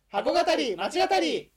箱語り町語り。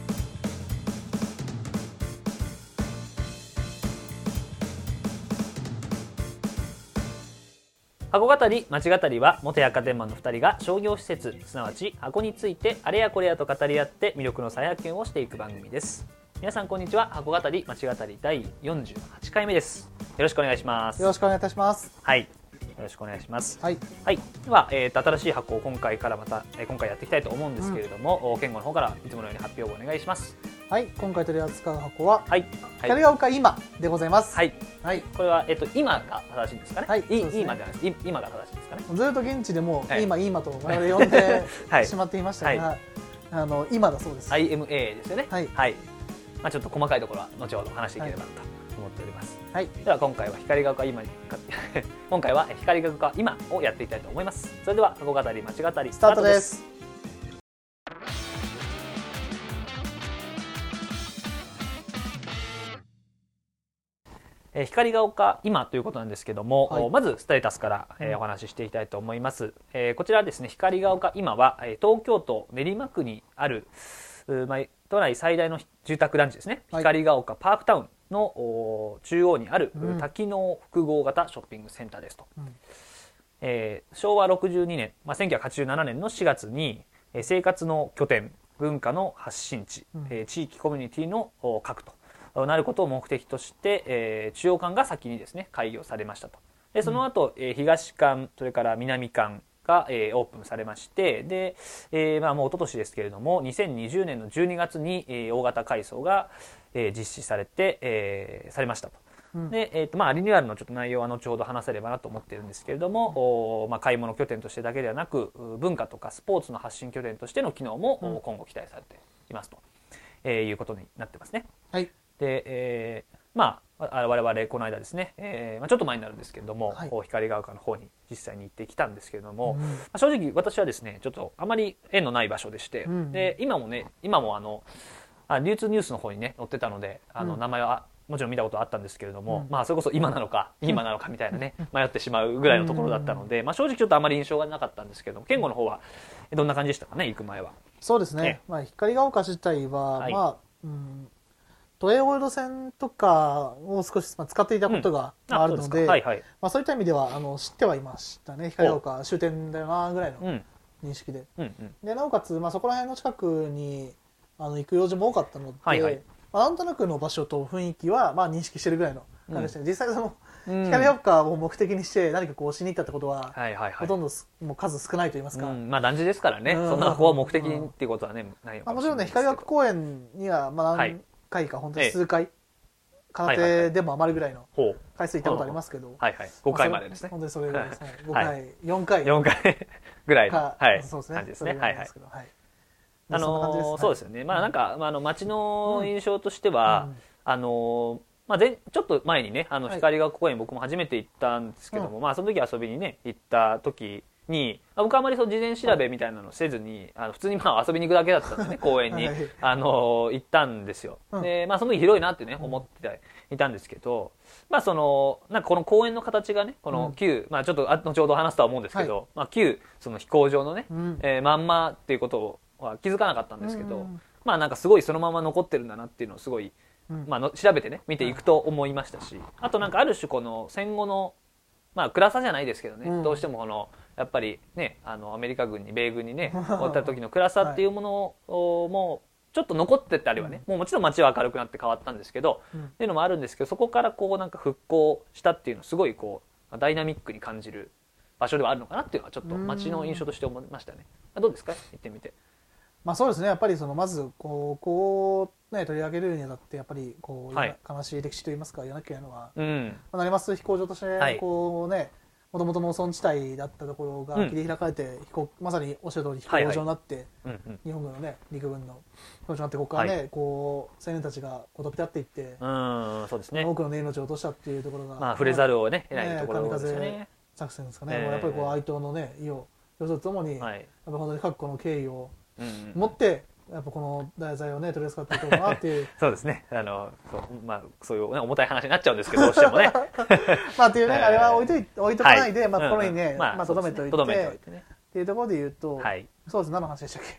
箱語り町語りは元百貨店マンの2人が商業施設すなわち箱についてあれやこれやと語り合って魅力の再発見をしていく番組です。皆さんこんにちは。箱語り町語り第48回目です。よろしくお願いします。 よろしくお願いいたします。 はい、よろしくお願いします。 はい、 はい、では、新しい箱を今回から今回やっていきたいと思うんですけれども、健吾の方からいつものように発表をお願いします。 はい、今回取り扱う箱は、 はい、 光が丘今でございます。 はい、 はい、 これは、今が正しいんですかね。 はい、そうですね。 今ではないです。今が正しいですかね。 ずっと現地でも、 はい、 今と我々呼んではい、 しまっていましたが、 はい、 今だそうです。 IMA ですよね。 はい、 はい、まあ、ちょっと細かいところは後ほど話していければと思っております。はい、では今回は光が丘今に今回は光が丘今をやっていきたいと思います。それでは箱語り町語りスタートです。 光が丘今ということなんですけども、 はい、 まずステータスから、お話ししていきたいと思います。こちらですね、光が丘今は東京都練馬区にある都内最大の住宅団地ですね、はい、光が丘パークタウンの中央にある多機能複合型ショッピングセンターですと。昭和62年、1987年の4月に生活の拠点、文化の発信地、地域コミュニティの核となることを目的として、中央間が先にですね開業されましたと。でその後、東館それから南館が、オープンされまして、で、もう一昨年ですけれども2020年の12月に、大型改装が、実施されて、されましたと。でリニューアルのちょっと内容は後ほど話せればなと思っているんですけれども、買い物拠点としてだけではなく文化とかスポーツの発信拠点としての機能も今後期待されていますと、いうことになってますね。 はい、 で、我々この間ですね、ちょっと前になるんですけれども、はい、光が丘の方に実際に行ってきたんですけれども、正直私はですねちょっとあまり縁のない場所でして、で今も流通ニュースの方にね載ってたので名前はもちろん見たことあったんですけれども、それこそ今なのか今なのかみたいなね迷ってしまうぐらいのところだったので、正直ちょっとあまり印象がなかったんですけども、健吾の方はどんな感じでしたかね、行く前は。 そうですね、光が丘自体は、はい、都営大江戸線とかを少し使っていたことがあるので、そういった意味では知ってはいましたね。光が丘終点だよなぐらいの認識で、でなおかつ、そこら辺の近くに行く用事も多かったので、なんとなくの場所と雰囲気は認識してるぐらいの感じでしたね。実際光が丘を目的にして何かこうしに行ったってことは、ほとんどもう数少ないと言いますか、 団地ですからね、そんなここは目的にっていうことはねないのかもしれないですけど、 もちろんね光が丘公園には何回か本当に数回、空手でも余るぐらいの回数行ったことありますけど、 5回までですね。 本当にそれぐらいですね。5回、4回ぐらいのそうですね。 感じですね。 そうですよね。街の印象としては、ちょっと前にね光が丘公園僕も初めて行ったんですけども、その時遊びにね行った時に僕はあまり事前調べみたいなのせずに普通に遊びに行くだけだったんでね公園に行ったんですよ。でその時広いなってね思っていたんですけど、なんかこの公園の形がねこの旧ちょっと後ほど話すとは思うんですけど、旧その飛行場のねまんまっていうことは気づかなかったんですけど、なんかすごいそのまま残ってるんだなっていうのをすごい調べてね見ていくと思いましたし、あとなんかある種この戦後の暗さじゃないですけどね、どうしてもやっぱりねアメリカ軍に米軍にねおった時の暗さっていうものもちょっと残ってたりはね、もちろん街は明るくなって変わったんですけど、っていうのもあるんですけど、そこからこうなんか復興したっていうのをすごいこうダイナミックに感じる場所ではあるのかなっていうのはちょっと街の印象として思いましたね。どうですか、行ってみて。 そうですね、やっぱりまずこうね取り上げるにあたってやっぱりこう、悲しい歴史といいますか言わなきゃいけないのは、成増飛行場としてこうねもともと農村地帯だったところが切り開かれて、まさにおっしゃる通り飛行場になって、日本軍のね陸軍の飛行場になって、ここからね、こう青年たちが飛び立っていって、 そうですね、 多くの命を落としたっていうところが、 触れざるをね得ないところですよね。 作戦ですかね。やっぱりこう哀悼のね意を表するとともに、やっぱ本当に各個の敬意を持ってやっぱこの題材をね取り扱っていこうかなっていうそうですね、そういう、重たい話になっちゃうんですけど、どうしてもねっていうね、あれは置いとかないで、心にね留めておいてっていうところで言うと、そうです。何の話でしたっけ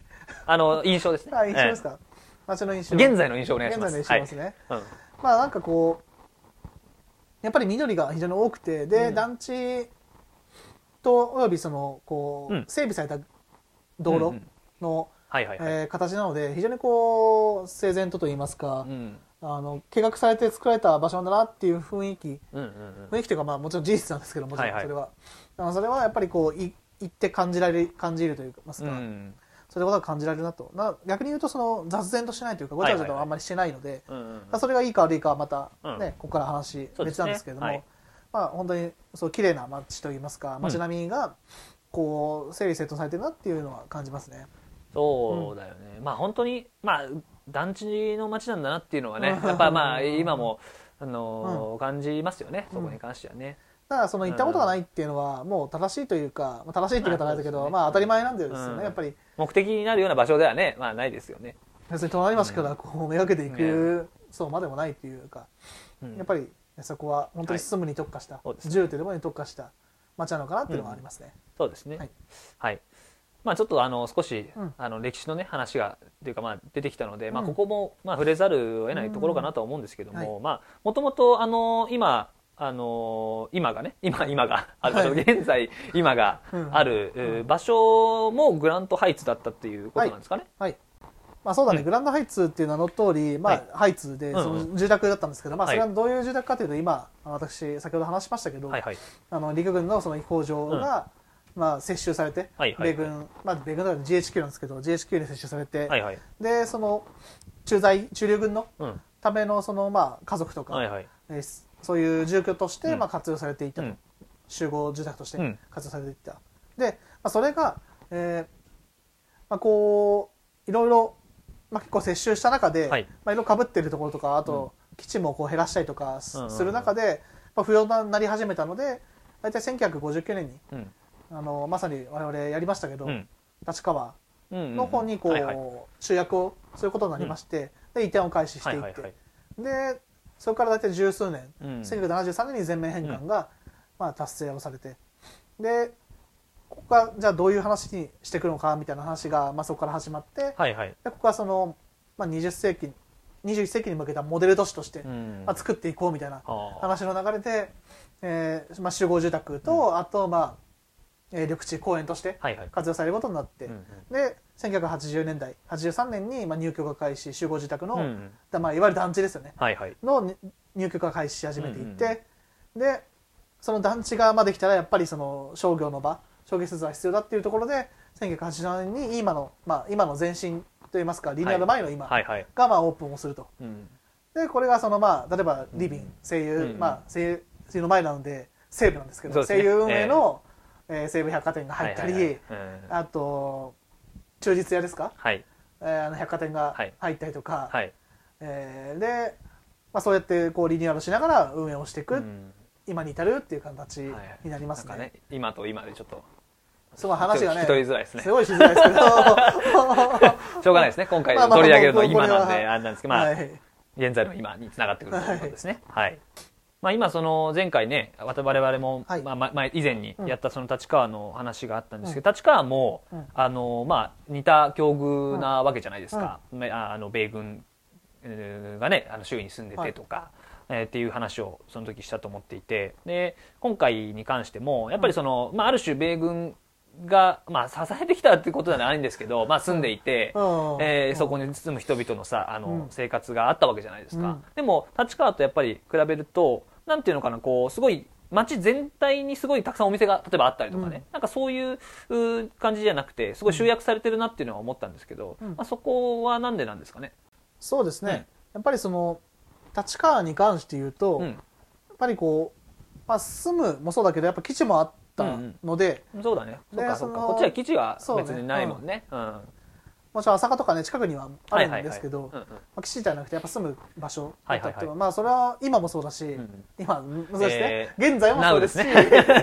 印象ですね。 印象ですか。街の印象。 現在の印象お願いします。 現在の印象ですね。まあなんかこう、やっぱり緑が非常に多くて、で、団地とおよびその、こう、整備された道路の形なので、非常にこう、整然とと言いますか、計画されて作られた場所なんだなっていう雰囲気、雰囲気というか、まあもちろん事実なんですけど、もちろんそれは。それはやっぱりこう、行って感じるというか、そういうことが感じられるなと。逆に言うと、その雑然としてないというか、ごちゃごちゃとあんまりしてないので、それがいいか悪いかはまたね、ここから話別なんですけれども、まあ本当にそう綺麗な街といいますか、街並みがこう整理整頓されてるなっていうのは感じますね。 そうだよね。まあ本当にまあ団地の街なんだなっていうのはね、やっぱまあ今も感じますよね。そこに関してはね。 だからその行ったことがないっていうのはもう正しいというか、正しいって言い方はあれだけど、まあ当たり前なんですよね。やっぱり目的になるような場所ではね、まあないですよね。 別に隣町からこうめがけていくそうまでもないっていうか、やっぱりそこは本当に住むに特化した、住というところに特化した街なのかなっていうのはありますね。 そうですね。はい。まあちょっと少し歴史のね話がっていうかまあ出てきたので、まあここもまあ触れざるを得ないところかなとは思うんですけども、まあもともと今がね今がある現在今がある場所もグラントハイツだったっていうことなんですかね。 はい。まあそうだね、グランドハイツっていう名の通り、まあハイツでその住宅だったんですけど、まあそれはどういう住宅かというと今私先ほど話しましたけど、陸軍のその飛行場がまあ接収されて、米軍まあ米軍だと GHQ なんですけど GHQ に接収されて、でその駐留軍のためのそのまあ家族とかそういう住居としてまあ活用されていたと、集合住宅として活用されていた。で、まあそれがまあこういろいろまあ結構接収した中で、まあいろいろ被っているところとか、あと基地もこう減らしたりとかする中で、まあ不要になり始めたので、大体1959年にまさに我々やりましたけど、立川の方にこう集約をすることになりまして、で移転を開始していって、でそれから大体十数年、1973年に全面返還がまあ達成をされて、でここがじゃあどういう話にしてくるのかみたいな話がまあそこから始まって、でここはそのまあ21世紀に向けたモデル都市としてまあ作っていこうみたいな話の流れで、まあ集合住宅とあとまあ緑地公園として活用されることになって、で1980年代83年にまあ入居が開始、集合住宅の、まあいわゆる団地ですよね、の入居が開始し始めていって、でその団地がまあできたらやっぱりその商業施設が必要だっていうところで1987年に今の前身といいますかリニューアル前の今がまあオープンをすると、でこれがそのまあ例えばリビン西友、まあ西友の前なので西武なんですけど、西友運営の西武百貨店が入ったり、あと忠実屋ですか、百貨店が入ったりとか、で、まあ、そうやってこうリニューアルしながら運営をしていく、今に至るっていう形になりますね。 今と今でちょっとすごい話がね、 聞き取りづらいですね。 すごいしづらいですけどしょうがないですね。今回取り上げるのは今なんであれなんですけど、まあ現在の今につながってくるということですね。はい。まあ今その前回ね我々もまあ以前にやったその立川の話があったんですけど、立川もまあ似た境遇なわけじゃないですか。米軍がね周囲に住んでてとか。っていう話をその時したと思っていて、で今回に関してもやっぱりその、まあ、ある種米軍が、まあ、支えてきたっていうことではないんですけど、まあ、住んでいて、そこに住む人々のさ生活があったわけじゃないですか。でも立川とやっぱり比べるとなんていうのかな、こうすごい街全体にすごいたくさんお店が例えばあったりとかね、なんかそういう感じじゃなくてすごい集約されてるなっていうのは思ったんですけど、まあ、そこはなんでなんですかね。 そうですね、やっぱりその立川に関して言うと、やっぱりこう、まあ、住むもそうだけどやっぱ基地もあったので、 そうだね、そうかそうか、こっちは基地は別にないもんね。 もちろん朝霞とかね近くにはあるんですけど、基地じゃなくてやっぱ住む場所だったっていうのは、まあそれは今もそうだし、今難しいね、現在もそうですし、そ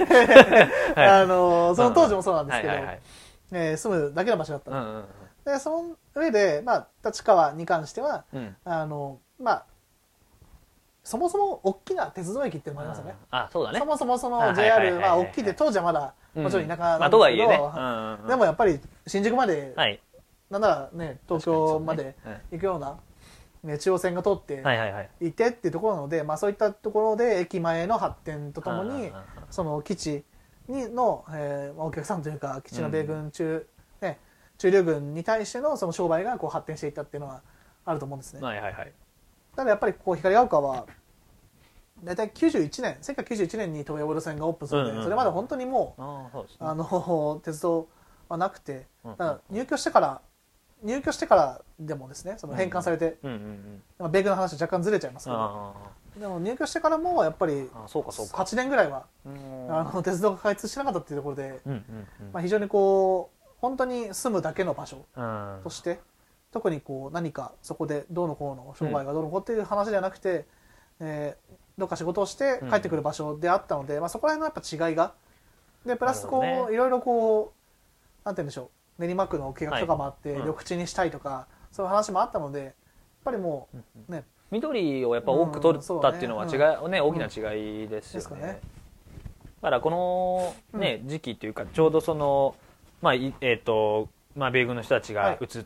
の当時もそうなんですけど、住むだけの場所だった。でその上で、まあ、立川に関しては、まあそもそも大きな鉄道駅っていうのもありますよね。 そうだね。 そもそもその JR、まあ大きいって当時はまだもちろん田舎なんですけど、でもやっぱり新宿までなんならね東京まで行くような、ね、中央線が通っていてっていうところなので、まあ、そういったところで駅前の発展とともにその基地の、お客さんというか基地の米軍中流軍に対してのその商売がこう発展していったっていうのはあると思うんですね。ただやっぱりこう光が丘は大体1991年に東映オール線がオープンするので、それまで本当にもう鉄道はなくて、だから入居してからでもですね、その返還されて、米軍の話は若干ずれちゃいますけど、でも入居してからもやっぱり8年ぐらいは鉄道が開通しなかったっていうところで、非常にこう本当に住むだけの場所として、特にこう何かそこでどうのこうの商売がどうのこうっていう話じゃなくて、どっか仕事をして帰ってくる場所であったので、そこら辺のやっぱ違いがでプラスこういろいろこうなんて言うんでしょう、練馬区の計画とかもあって、緑地にしたいとかそういう話もあったので、やっぱりもうね、 緑をやっぱ多く取ったっていうのは違い、大きな違いですよね。だからこのね時期っていうか、ちょうどその米軍の人たちが移って、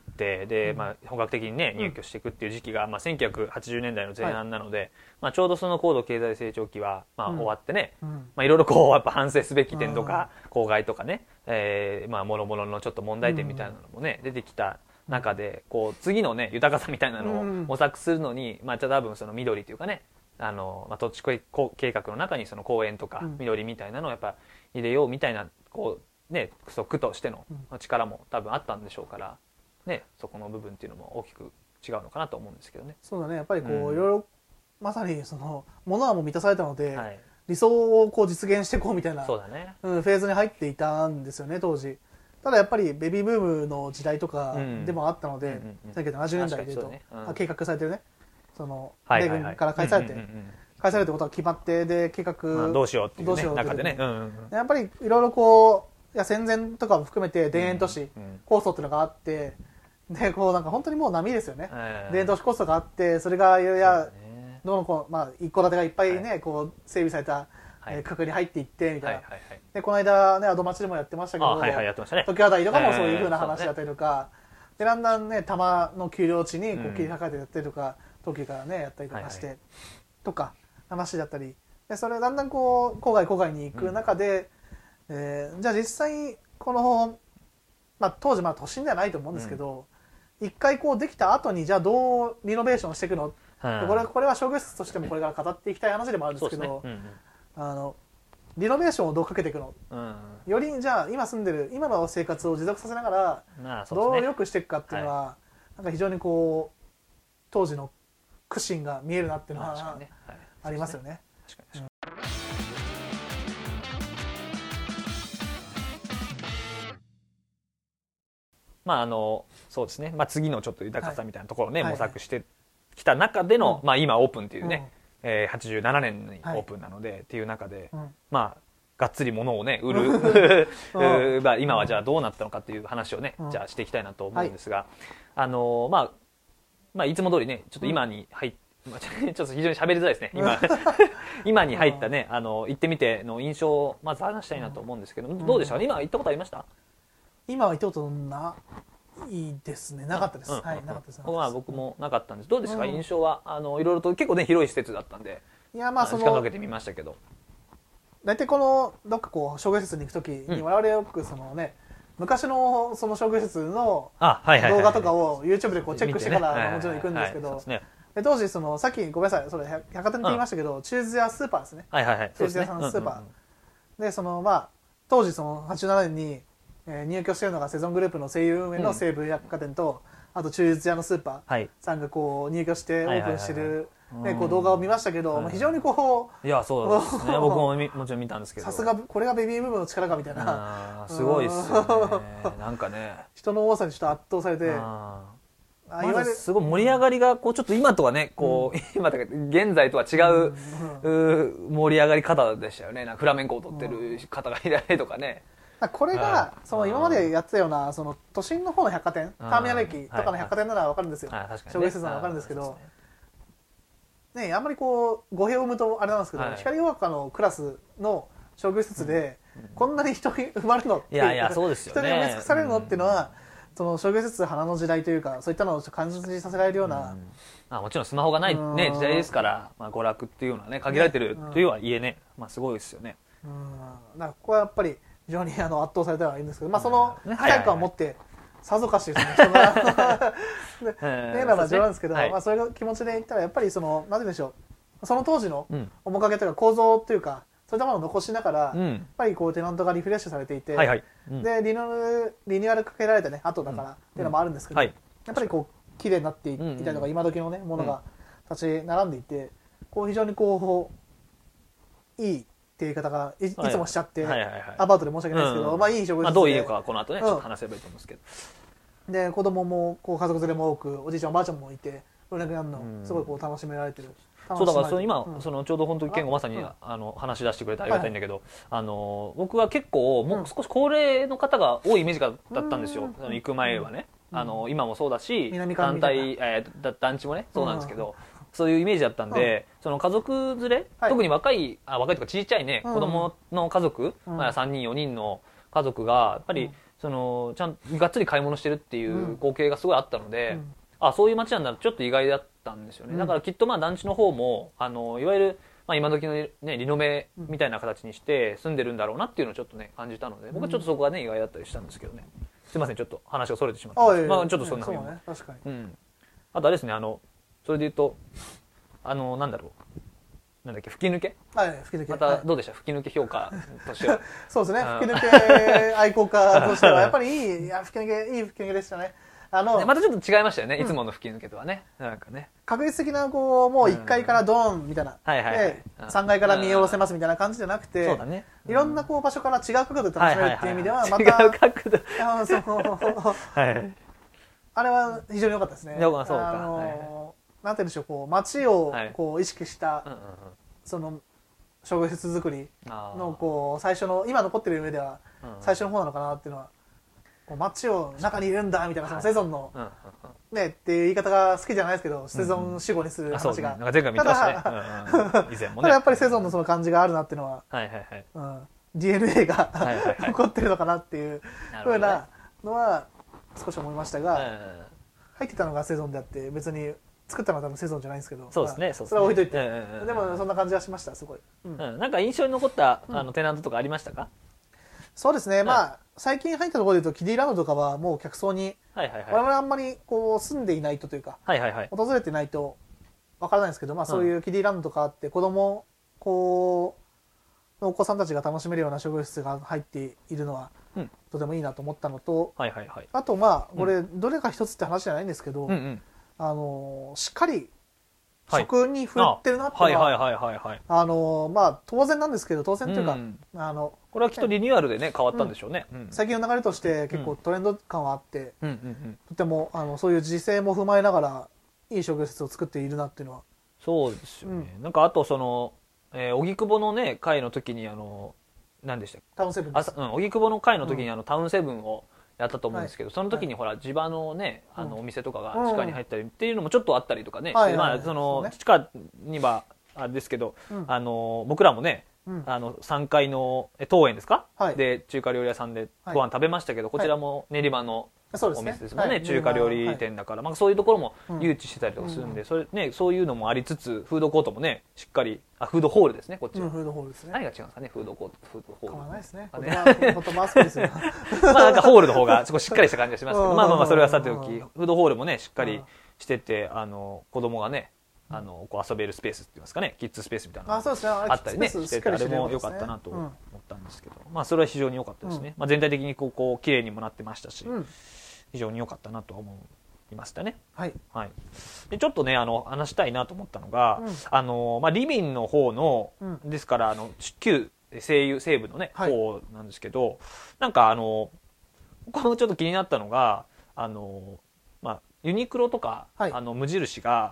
で本格的にね入居していくっていう時期が1980年代の前半なので、ちょうどその高度経済成長期は終わってね、いろいろこうやっぱ反省すべき点とか公害とかね、もろもろのちょっと問題点みたいなのもね出てきた中で、こう次のね豊かさみたいなのを模索するのに、多分その緑というかね、土地計画の中にその公園とか緑みたいなのをやっぱ入れようみたいなこうね、区としての力も多分あったんでしょうから、ね、そこの部分っていうのも大きく違うのかなと思うんですけどね。 そうだね、やっぱりこう、いろいろまさにその物はもう満たされたので、理想をこう実現していこうみたいなフェーズに入っていたんですよね当時。ただやっぱりベビーブームの時代とかでもあったので、1970年代でいうと、計画されてるね、その米軍から返されてことが決まって、で計画どうしようっていう中でね、 やっぱりいろいろこう戦前とかも含めて田園都市構想っていうのがあって、でこうなんか本当にもう波ですよね。田園都市構想があって、それがどのこう一戸建てがいっぱいねこう整備された区画に入っていってみたいな。でこの間ねアドマチでもやってましたけど、時和台とかもそういう風な話だったりとか、でだんだんね多摩の丘陵地にこう切り開かれてやったりとか、東急からねやったりとかしてとか話だったり、でそれだんだんこう郊外に行く中で。じゃあ実際この、当時都心ではないと思うんですけど、一回こうできた後にじゃあどうリノベーションしていくの、これは商業施設としてもこれから語っていきたい話でもあるんですけど、リノベーションをどうかけていくの、よりじゃあ今住んでる今の生活を持続させながらどう良くしていくかっていうのは、なんか非常にこう当時の苦心が見えるなっていうのはありますよね。 そうですね、次のちょっと豊かさみたいなところをね、模索してきた中での、今オープンっていうね、87年にオープンなので、っていう中で、がっつり物をね売る今はじゃあどうなったのかっていう話をね、じゃあしていきたいなと思うんですが、いつも通りねちょっと今に入ってちょっと非常に喋りづらいですね今に入ったね行ってみての印象をまず話したいなと思うんですけど、どうでしたか？今行ったことありました？ 今は行ったことないですね。なかったです。なかったです。 僕もなかったんです。どうですか、印象は？いろいろと結構ね広い施設だったんで、時間かけてみましたけど、 大体このどっかこう商業施設に行くときに我々よくそのね昔のその商業施設の動画とかを YouTube でこうチェックしてからもちろん行くんですけど、当時そのさっきごめんなさい、それ百貨店って言いましたけど、チューズ屋スーパーですね。チューズ屋さんスーパーで、その当時その87年に入居しているのがセゾングループの声優運営の西武百貨店と、あと中日屋のスーパーさんがこう入居してオープンしてる動画を見ましたけど、非常にこう、いやそうですね、僕ももちろん見たんですけど、 さすがこれがベビーブームの力かみたいな、 すごいっすよね。なんかね人の多さにちょっと圧倒されて、 すごい盛り上がりがこうちょっと今とはねこう今とか現在とは違う盛り上がり方でしたよね。なんかフラメンコを撮ってる方がいたりとかね。 これがその今までやってたようなその都心の方の百貨店、ターミナル駅とかの百貨店なら分かるんですよ。商業施設なら分かるんですけど、ね、あんまりこう語弊を生むとあれなんですけど、光が丘のクラスの商業施設でこんなに人に埋まるのって、人に埋め尽くされるのっていうのはその商業施設花の時代というかそういったのを感じさせられるような、 もちろんスマホがない、ね、時代ですから、娯楽っていうのはね限られてるというはいえね、すごいですよね。 だからここはやっぱり非常に圧倒されたらいいんですけど、その期待感を持ってさぞかしその人がねなら冗談ですけど、そういう気持ちで言ったらやっぱりその何て言うんでしょう、その当時の面影というか構造というかそういったものを残しながら、やっぱりこうテナントがリフレッシュされていて、でリニューアルかけられたね後だからっていうのもあるんですけど、やっぱりこう綺麗になっていたりとか今時のねものが立ち並んでいて、こう非常にこういいっていう言い方が いつもしちゃってアパートで申し訳ないですけど、いい食事で、 どういうかこの後ねちょっと話せばいいと思うんですけど、 で子供もこう家族連れも多くおじいちゃんおばあちゃんもいて老若男女すごいこう楽しめられてる。 そうだから今そのちょうど本当に健吾まさに話し出してくれてありがたいんだけど、僕は結構もう少し高齢の方が多いイメージだったんですよ、行く前はね。今もそうだし団地もねそうなんですけど、そういうイメージだったんで、その家族連れ、特に若いというかちっちゃいね子供の家族、3人4人の家族がやっぱりそのちゃんがっつり買い物してるっていう光景がすごいあったので、そういう街なんだちょっと意外だったんですよね。だからきっと団地の方もいわゆる今時のねリノベみたいな形にして住んでるんだろうなっていうのをちょっとね感じたので、僕はちょっとそこがね意外だったりしたんですけどね。すいませんちょっと話がそれてしまったんです。ちょっとそんなふうに、 確かに。 あとあれですね、それで言うとなんだろう、なんだっけ、吹き抜け、 吹き抜け、 またどうでした、吹き抜け評価としては。 そうですね、吹き抜け愛好家としてはやっぱりいい吹き抜けでしたね。 またちょっと違いましたよね、いつもの吹き抜けとはね。なんかね確実的なこうもう1階からドーンみたいな、3階から見下ろせますみたいな感じじゃなくて、いろんなこう場所から違う角度で楽しめるっていう意味ではまた違う角度あれは非常に良かったですね。なんて言うんでしょう、こう街をこう意識したその商業施設作りのこう最初の今残ってる上では最初の方なのかなっていうのは、街を中にいるんだみたいな、そのセゾンのねっていう言い方が好きじゃないですけど、セゾン主語にする話が、 前回見たしね、以前もね。 ただやっぱりセゾンのその感じがあるなっていうのは、DNA が残ってるのかなっていうふうなのは少し思いましたが、入ってたのがセゾンであって別に作ったのは多分セゾンじゃないんですけど、 そうですね、 それは置いといて、でもそんな感じはしました。すごいなんか印象に残ったテナントとかありましたか？ そうですね、最近入ったところでいうとキディランドとかはもう客層に我々あんまりこう住んでいないというか訪れてないとわからないんですけど、そういうキディランドとかあって子供こうのお子さんたちが楽しめるような商業施設が入っているのはとてもいいなと思ったのと、あとこれどれか一つって話じゃないんですけど、しっかり食に振ってるなっていうのは当然なんですけど、当然というかこれはきっとリニューアルでね変わったんでしょうね。 最近の流れとして結構トレンド感はあって、とてもそういう時勢も踏まえながらいい商業施設を作っているなっていうのは。 そうですよね。なんかあとその荻窪のね会の時に何でしたっけ、 タウンセブンです。 荻窪の会の時にタウンセブンをやったと思うんですけど、その時にほら地場のねお店とかが地下に入ったりっていうのもちょっとあったりとかね、その地下にはあれですけど、僕らもね3階の当園ですか、で中華料理屋さんでご飯食べましたけど、こちらも練馬のお店ですもんね、中華料理店だから、そういうところも誘致してたりとかするんで、そういうのもありつつ、フードコートもねしっかり、フードホールですね、こっちは。 フードホールですね。 何が違うんですかね、フードコートフードホール。 変わらないですね。言葉遊びですよ。 なんかホールの方がすごいしっかりした感じがしますけど、それはさておき、フードホールもねしっかりしてて、子供がねこう遊べるスペースって言いますかね、キッズスペースみたいなのがあったりねしてて、あれも良かったなと思ったんですけど、それは非常に良かったですね。全体的にこう綺麗にもなってましたし、非常に良かったなと思いましたね。でちょっとね話したいなと思ったのが、リビンの方のですから旧西部のね方なんですけど、なんかこのちょっと気になったのがユニクロとか無印が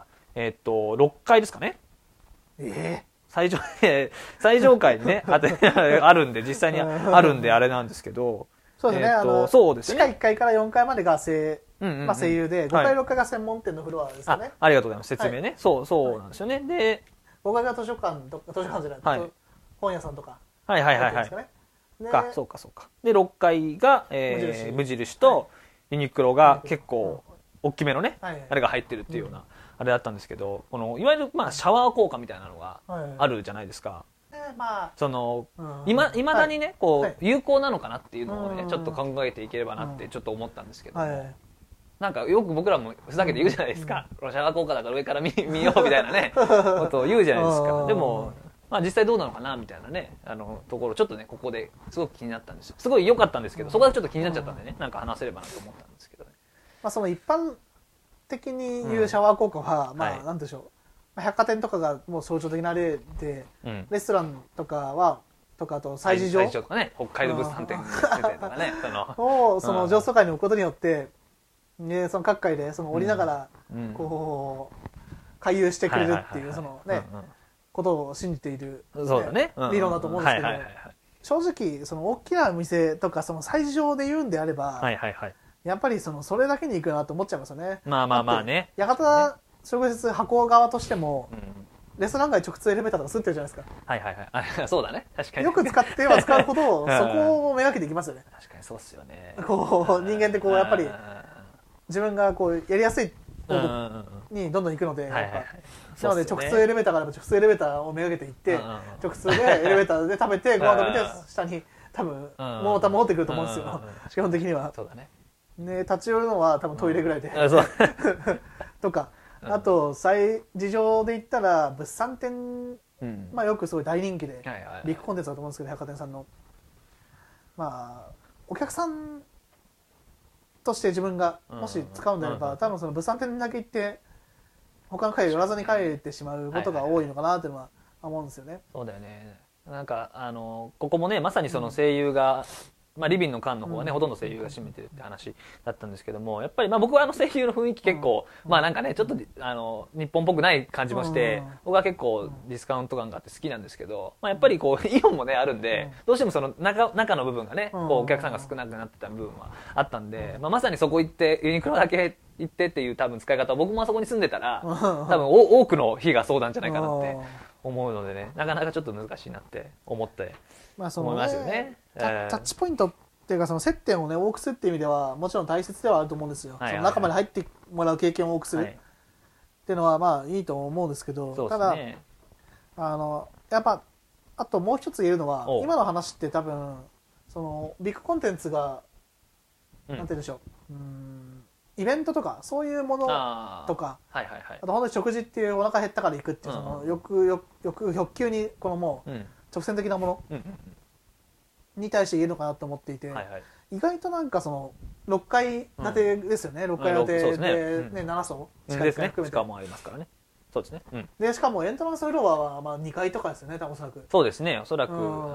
6階ですかね。最上階にねあるんで、実際にあるんであれなんですけど、 そうですね。 そうですね。 地下1階から4階までが声優で、5階6階が専門店のフロアですかね。 ありがとうございます。説明ね。そうなんですよね。で、 5階が図書館じゃない、本屋さんとか。 そうか。で6階が無印とユニクロが結構大きめのね、 はいはいあれが入ってるっていうような、あれだったんですけど、このいわゆるまあシャワー効果みたいなのがあるじゃないですか。 まあそのうんいまだにねこはいう有効なのかなっていうのをねうんちょっと考えていければなってちょっと思ったんですけど、 はいなんかよく僕らもふざけて言うじゃないですか、シャワー効果だから上から見ようみたいなねことを言うじゃないですか。でもまあ実際どうなのかなみたいなねところちょっとねここですごく気になったんですよ。すごい良かったんですけど、そこはちょっと気になっちゃったんでね、なんか話せればなと思ったんですけどね。 まあその一般的に言うシャワー効果はまはいあなんでしょう、百貨店とかがもう象徴的な例で、 うんレストランとかあと催事場催事場とかね、北海道物産展とかねをその上層階に置くことによってね、その各界でその降りながらうんこう回遊してくれるっていうそのねうんうんことを信じているねそうだね、 理論だと思うんですけど、 はいはいはいはい正直その大きな店とかその催事場で言うんであれば、 はいはいはい、 やっぱりそれだけに行くなと思っちゃいますよね。 まあまあまあね、 館商業施設箱側としても、 うんレストラン街直通エレベーターとかすってるじゃないですか。 はいはいはいあそうだね、確かによく使っては使うほどそこをめがけていきますよね。 確かにそうっすよね。 こう人間ってこうやっぱり自分がこうやりやすい方うんうん向にどんどん行くので、 はいはいはい、 なので直通エレベーターがあれば直通エレベーターをめがけて行って直通でエレベーターで食べてご飯食べて下に多分戻ってくると思うんですよ、基本的には。 そうだね。 で立ち寄るのは多分トイレぐらいでそうとか、あと催事場で言ったら物産展、 うんまあよくすごい大人気ではいはいはいビッグコンテンツだと思うんですけど、百貨店さんのまあお客さんとして自分がもし使うんであれば、多分その物産展だけ行って他の会寄らずに帰ってしまうことが多いのかなっていうのは思うんですよね。 そうだよね。なんかここもねまさにその声優が、まあ、リビンの間の方はね、ほとんど声優が占めてるって話だったんですけども、やっぱりまあ僕は声優の雰囲気結構、まあなんかねちょっと日本っぽくない感じもして、僕は結構ディスカウント感があって好きなんですけど、まあ、やっぱりこうイオンもねあるんで、どうしてもその中の部分がねこうお客さんが少なくなってた部分はあったんで、まあ、まさにそこ行ってユニクロだけ行ってっていう多分使い方は僕もあそこに住んでたら多分多くの日がそうなんじゃないかなって思うのでね、なかなかちょっと難しいなって思って思いますよね。 タッチポイントっていうかその接点をね多くするっていう意味ではもちろん大切ではあると思うんですよ、 はいはいはい、 その中まで入ってもらう経験を多くするっていうのはまあいいと思うんですけど、 そうたですね、 だやっぱあともう一つ言えるのはおう今の話って多分そのビッグコンテンツが、 うんなんて言うんでしょう、イベントとかそういうものとか、 はいはいはい、 あと本当に食事っていうお腹減ったから行くっていうその欲求にこのもう直線的なものに対して言えるのかなと思っていて、 はいはい、 意外となんかその6階建てですよね、6階建てで、ね7層地下ですね、地下もありますからね。そうですね、 でしかもエントランスフロアはまあ2階とかですよね、多分おそらく。 そうですね、おそらく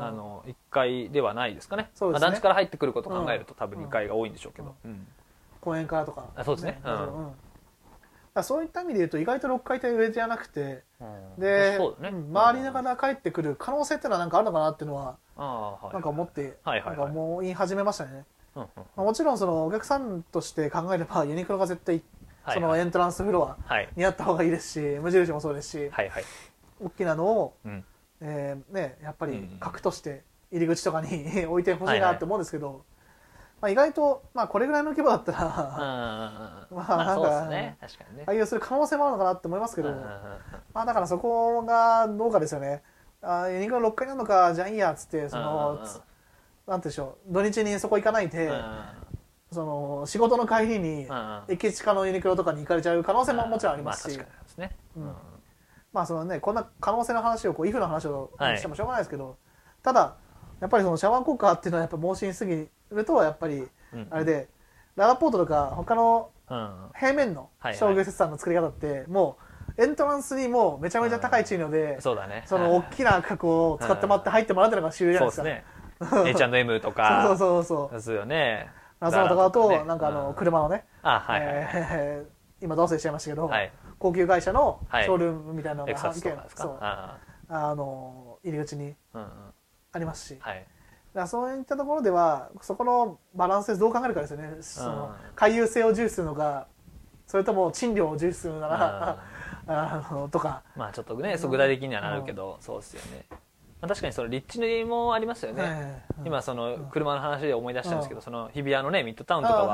1階ではないですかね。そうですね、団地から入ってくることを考えると多分2階が多いんでしょうけど、 公園からとか、 そうですね、 そういった意味で言うと意外と6階建て上じゃなくて、で、回りながら帰ってくる可能性っていうのはなんかあるのかなっていうのはなんか思ってなんか思い始めましたね。もちろんそのお客さんとして考えればユニクロが絶対そのエントランスフロアにあった方がいいですし、無印もそうですし、大きなのをねやっぱり核として入り口とかに置いてほしいなって思うんですけど、意外とこれぐらいの規模だったらなんか対応する可能性もあるのかなって思いますけど、だからそこがどうかですよね。ユニクロ6階なのかじゃあいいやっつってなんてでしょう、土日にそこ行かないでその仕事の帰りに駅近のユニクロとかに行かれちゃう可能性ももちろんありますし、そのねこんな可能性の話をイフの話をしてもしょうがないですけど、ただやっぱりそのシャワー効果っていうのはやっぱ盲信しすぎるとやっぱりあれで、ララポートとか他の平面の商業施設さんの作り方ってもうエントランスにもうめちゃめちゃ高い賃料でその大きな箱を使ってもらって入ってもらってるのが主流じゃないですか。 H&M とかそうですよね。 夏のとかだとなんか車のね今どうせしちゃいましたけど高級会社のショールームみたいなのが入り口にありますし、そういったところではそこのバランスでどう考えるかですよね。その回遊性を重視するのかそれとも賃料を重視するならとか、 ちょっとね具体的にはなるけど、そうですよね。確かにその立地もありますよね。今その車の話で思い出したんですけど、その日比谷のねミッドタウンとかは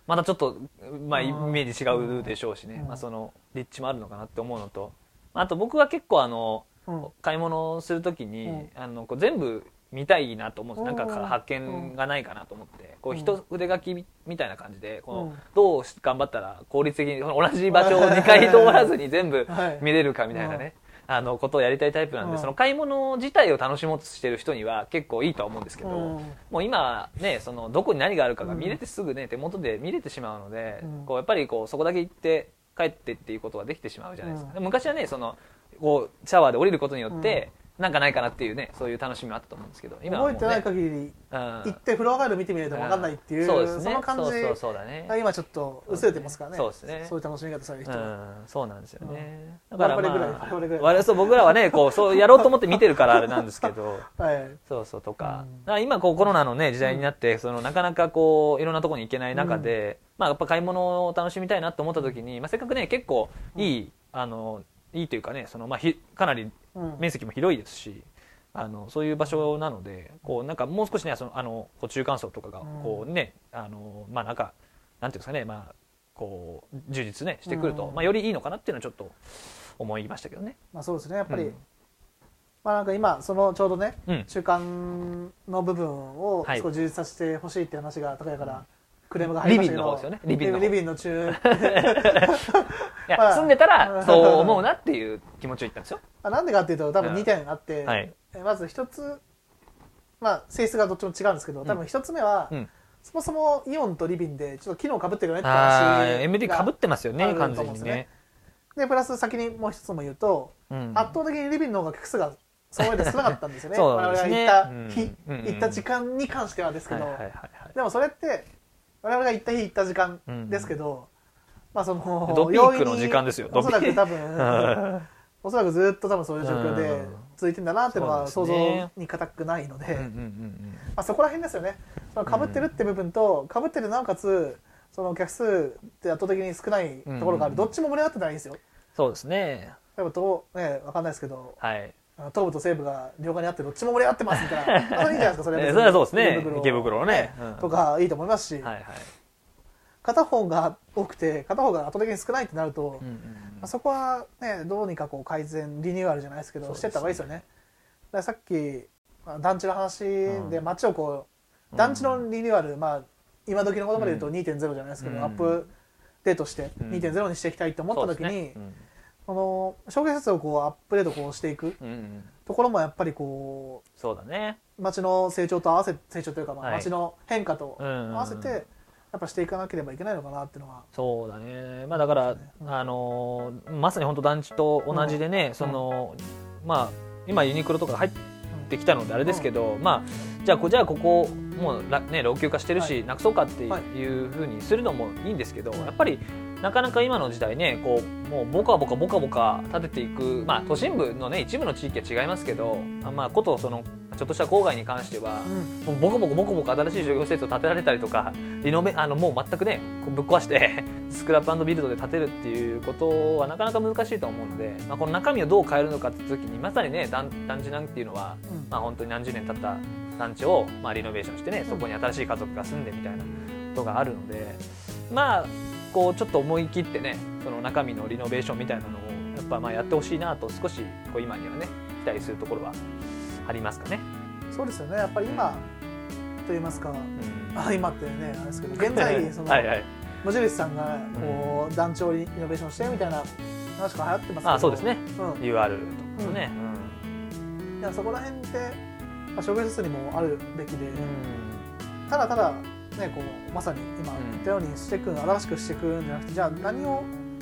またちょっと、まあ、イメージ違うでしょうしね、まあ、その立地もあるのかなって思うのと、あと僕は結構買い物をするときに、こう全部見たいなと思うんです。なんか発見がないかなと思って、こう一筆書きみたいな感じで、こうどう頑張ったら効率的に同じ場所を2回通らずに全部見れるかみたいなね、ことをやりたいタイプなんで、その買い物自体を楽しもうとしてる人には結構いいとは思うんですけど、もう今ね、そのどこに何があるかが見れてすぐね、手元で見れてしまうので、こうやっぱりこうそこだけ行って帰ってっていうことができてしまうじゃないですか。昔はね、そのこうシャワーで降りることによって、なんかないかなっていうね、そういう楽しみもあったと思うんですけど、 今はもう、ね、覚えてない限り、行って風呂上がる見てみないと分かんないっていう、そうですね、その感じが今ちょっと薄れてますからね。 そうですね。 そういう楽しみ方される人は。そうなんですよね。だから僕らはね、こうそうやろうと思って見てるからあれなんですけど、そうとか、今こうコロナのね時代になって、そのなかなかこういろんなところに行けない中で、まあやっぱ買い物を楽しみたいなと思った時に、まあせっかくね結構いいいいというかね、そのまあかなり面積も広いですし、そういう場所なので、こうなんかもう少しね、こう中間層とかがこうね、まあなんかなんていうんですかね、まあこう充実ねしてくると、まあよりいいのかなっていうのはちょっと思いましたけどね。 まあそうですね、やっぱり、まあなんか今そのちょうどね、中間の部分を少し充実させてほしいって話が高いから。クレームが入りましたけど、 リビンの方ですよね。リビンの中いや、住んでたらそう思うなっていう気持ちを言ったんですよ。 なんでかっていうと多分2点あって、まず1つ、まあ性質がどっちも違うんですけど、多分1つ目は、そもそもイオンとリビンでちょっと機能被ってるよねって話。 MD 被ってますよね、完全にね。 でプラス先にもう一つも言うと、圧倒的にリビンの方が客数がその上で少なかったんですよね。我々が行った時間に関してはですけど、でもそれって我々が行った日行った時間ですけど、まあそのドピークの時間ですよ。 おそらく多分おそらくずっと多分そういう状況で続いてんだなっていうのは想像に難くないので、まあそこら辺ですよね。その被ってるって部分と被ってるなおかつその客数って圧倒的に少ないところがある、どっちも盛り上がってたらいいんですよ。 そうですね。 例えばね、分かんないですけど、東部と西部が両側にあってどっちも盛り上がってますみたいな、それいいじゃないですか。それはそうですね。池袋ねとかいいと思いますし、片方が多くて片方が圧倒的に少ないってなると、そこはねどうにかこう改善リニューアルじゃないですけどしてった方がいいですよね。だからさっき団地の話で街をこう団地のリニューアル、まあ今時の言葉で言うと 2.0 じゃないですけど、アップデートして 2.0 にしていきたいと思った時に、この商業施設をこうアップデートこうしていくところもやっぱりこう、 そうだね、 街の成長と合わせ成長というか、まあ街の変化と合わせてやっぱしていかなければいけないのかなっていうのは。 そうだね。まあだからまさに本当団地と同じでね、そのまあ今ユニクロとか入ってきたのであれですけど、まあじゃあここもうね老朽化してるしなくそうかっていうふうにするのもいいんですけど、やっぱりなかなか今の時代ね、こうもうボカボカ建てていく、まあ都心部のね一部の地域は違いますけど、まあことそのちょっとした郊外に関しては、もうボカボカ新しい商業施設を建てられたりとか、もう全くねぶっ壊してスクラップ&ビルドで建てるっていうことはなかなか難しいと思うので、まあ、この中身をどう変えるのかって時にまさにね団地なんていうのは、まあ本当に何十年経った団地をまあリノベーションしてね、そこに新しい家族が住んでみたいなことがあるので、まあこうちょっと思い切ってねその中身のリノベーションみたいなのをやっぱまあやってほしいなと少しこう今にはね期待するところはありますかね。 そうですよね。やっぱり今と言いますか、今ってねあれですけど、現在その無印さんがこう団地をリノベーションしてみたいな話が流行ってますけど、 そうですね。UR とかね。 いやそこら辺って商業施設にもあるべきで、ただねこうまさに今言ったようにしていく、新しくしていくんじゃなくて、じゃあ何を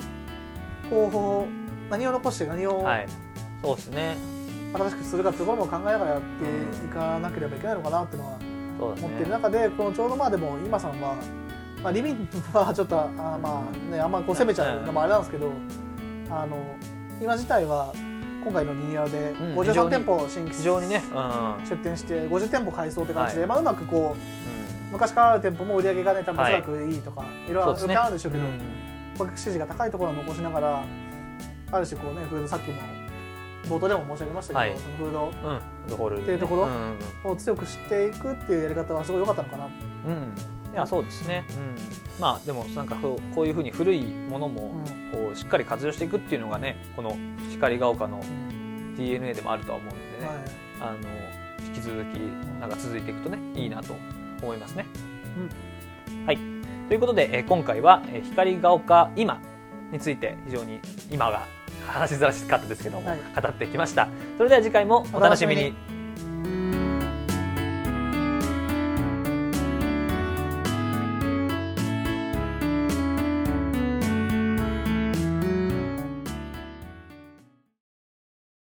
残して何を、 そうですね。 新しくするかというところも考えながらやっていかなければいけないのかなっていうのは思っている中で、このちょうどまあでも今さんは、まあ、リビンはちょっとまあねあんまこう攻めちゃうのもあれなんですけど、今自体は今回のリニューアルで53店舗新規非常にね出店して50店舗改装って感じで、まあうまくこう昔からある店舗も売り上げがね多分おそらくいいとかいろいろあるんでしょうけど、顧客支持が高いところを残しながら、ある種こうねフードさっきも冒頭でも申し上げましたけど、そのフードっていうところを強くしていくっていうやり方はすごい良かったのかな。 いやそうですね、まあでもなんかこういうふうに古いものもこうしっかり活用していくっていうのがねこの光が丘の DNA でもあるとは思うのでね、引き続きなんか続いていくとねいいなと思いますね。はい、ということで今回は光が丘今について非常に今が話しづらかったですけども、語ってきました。それでは次回もお楽しみに。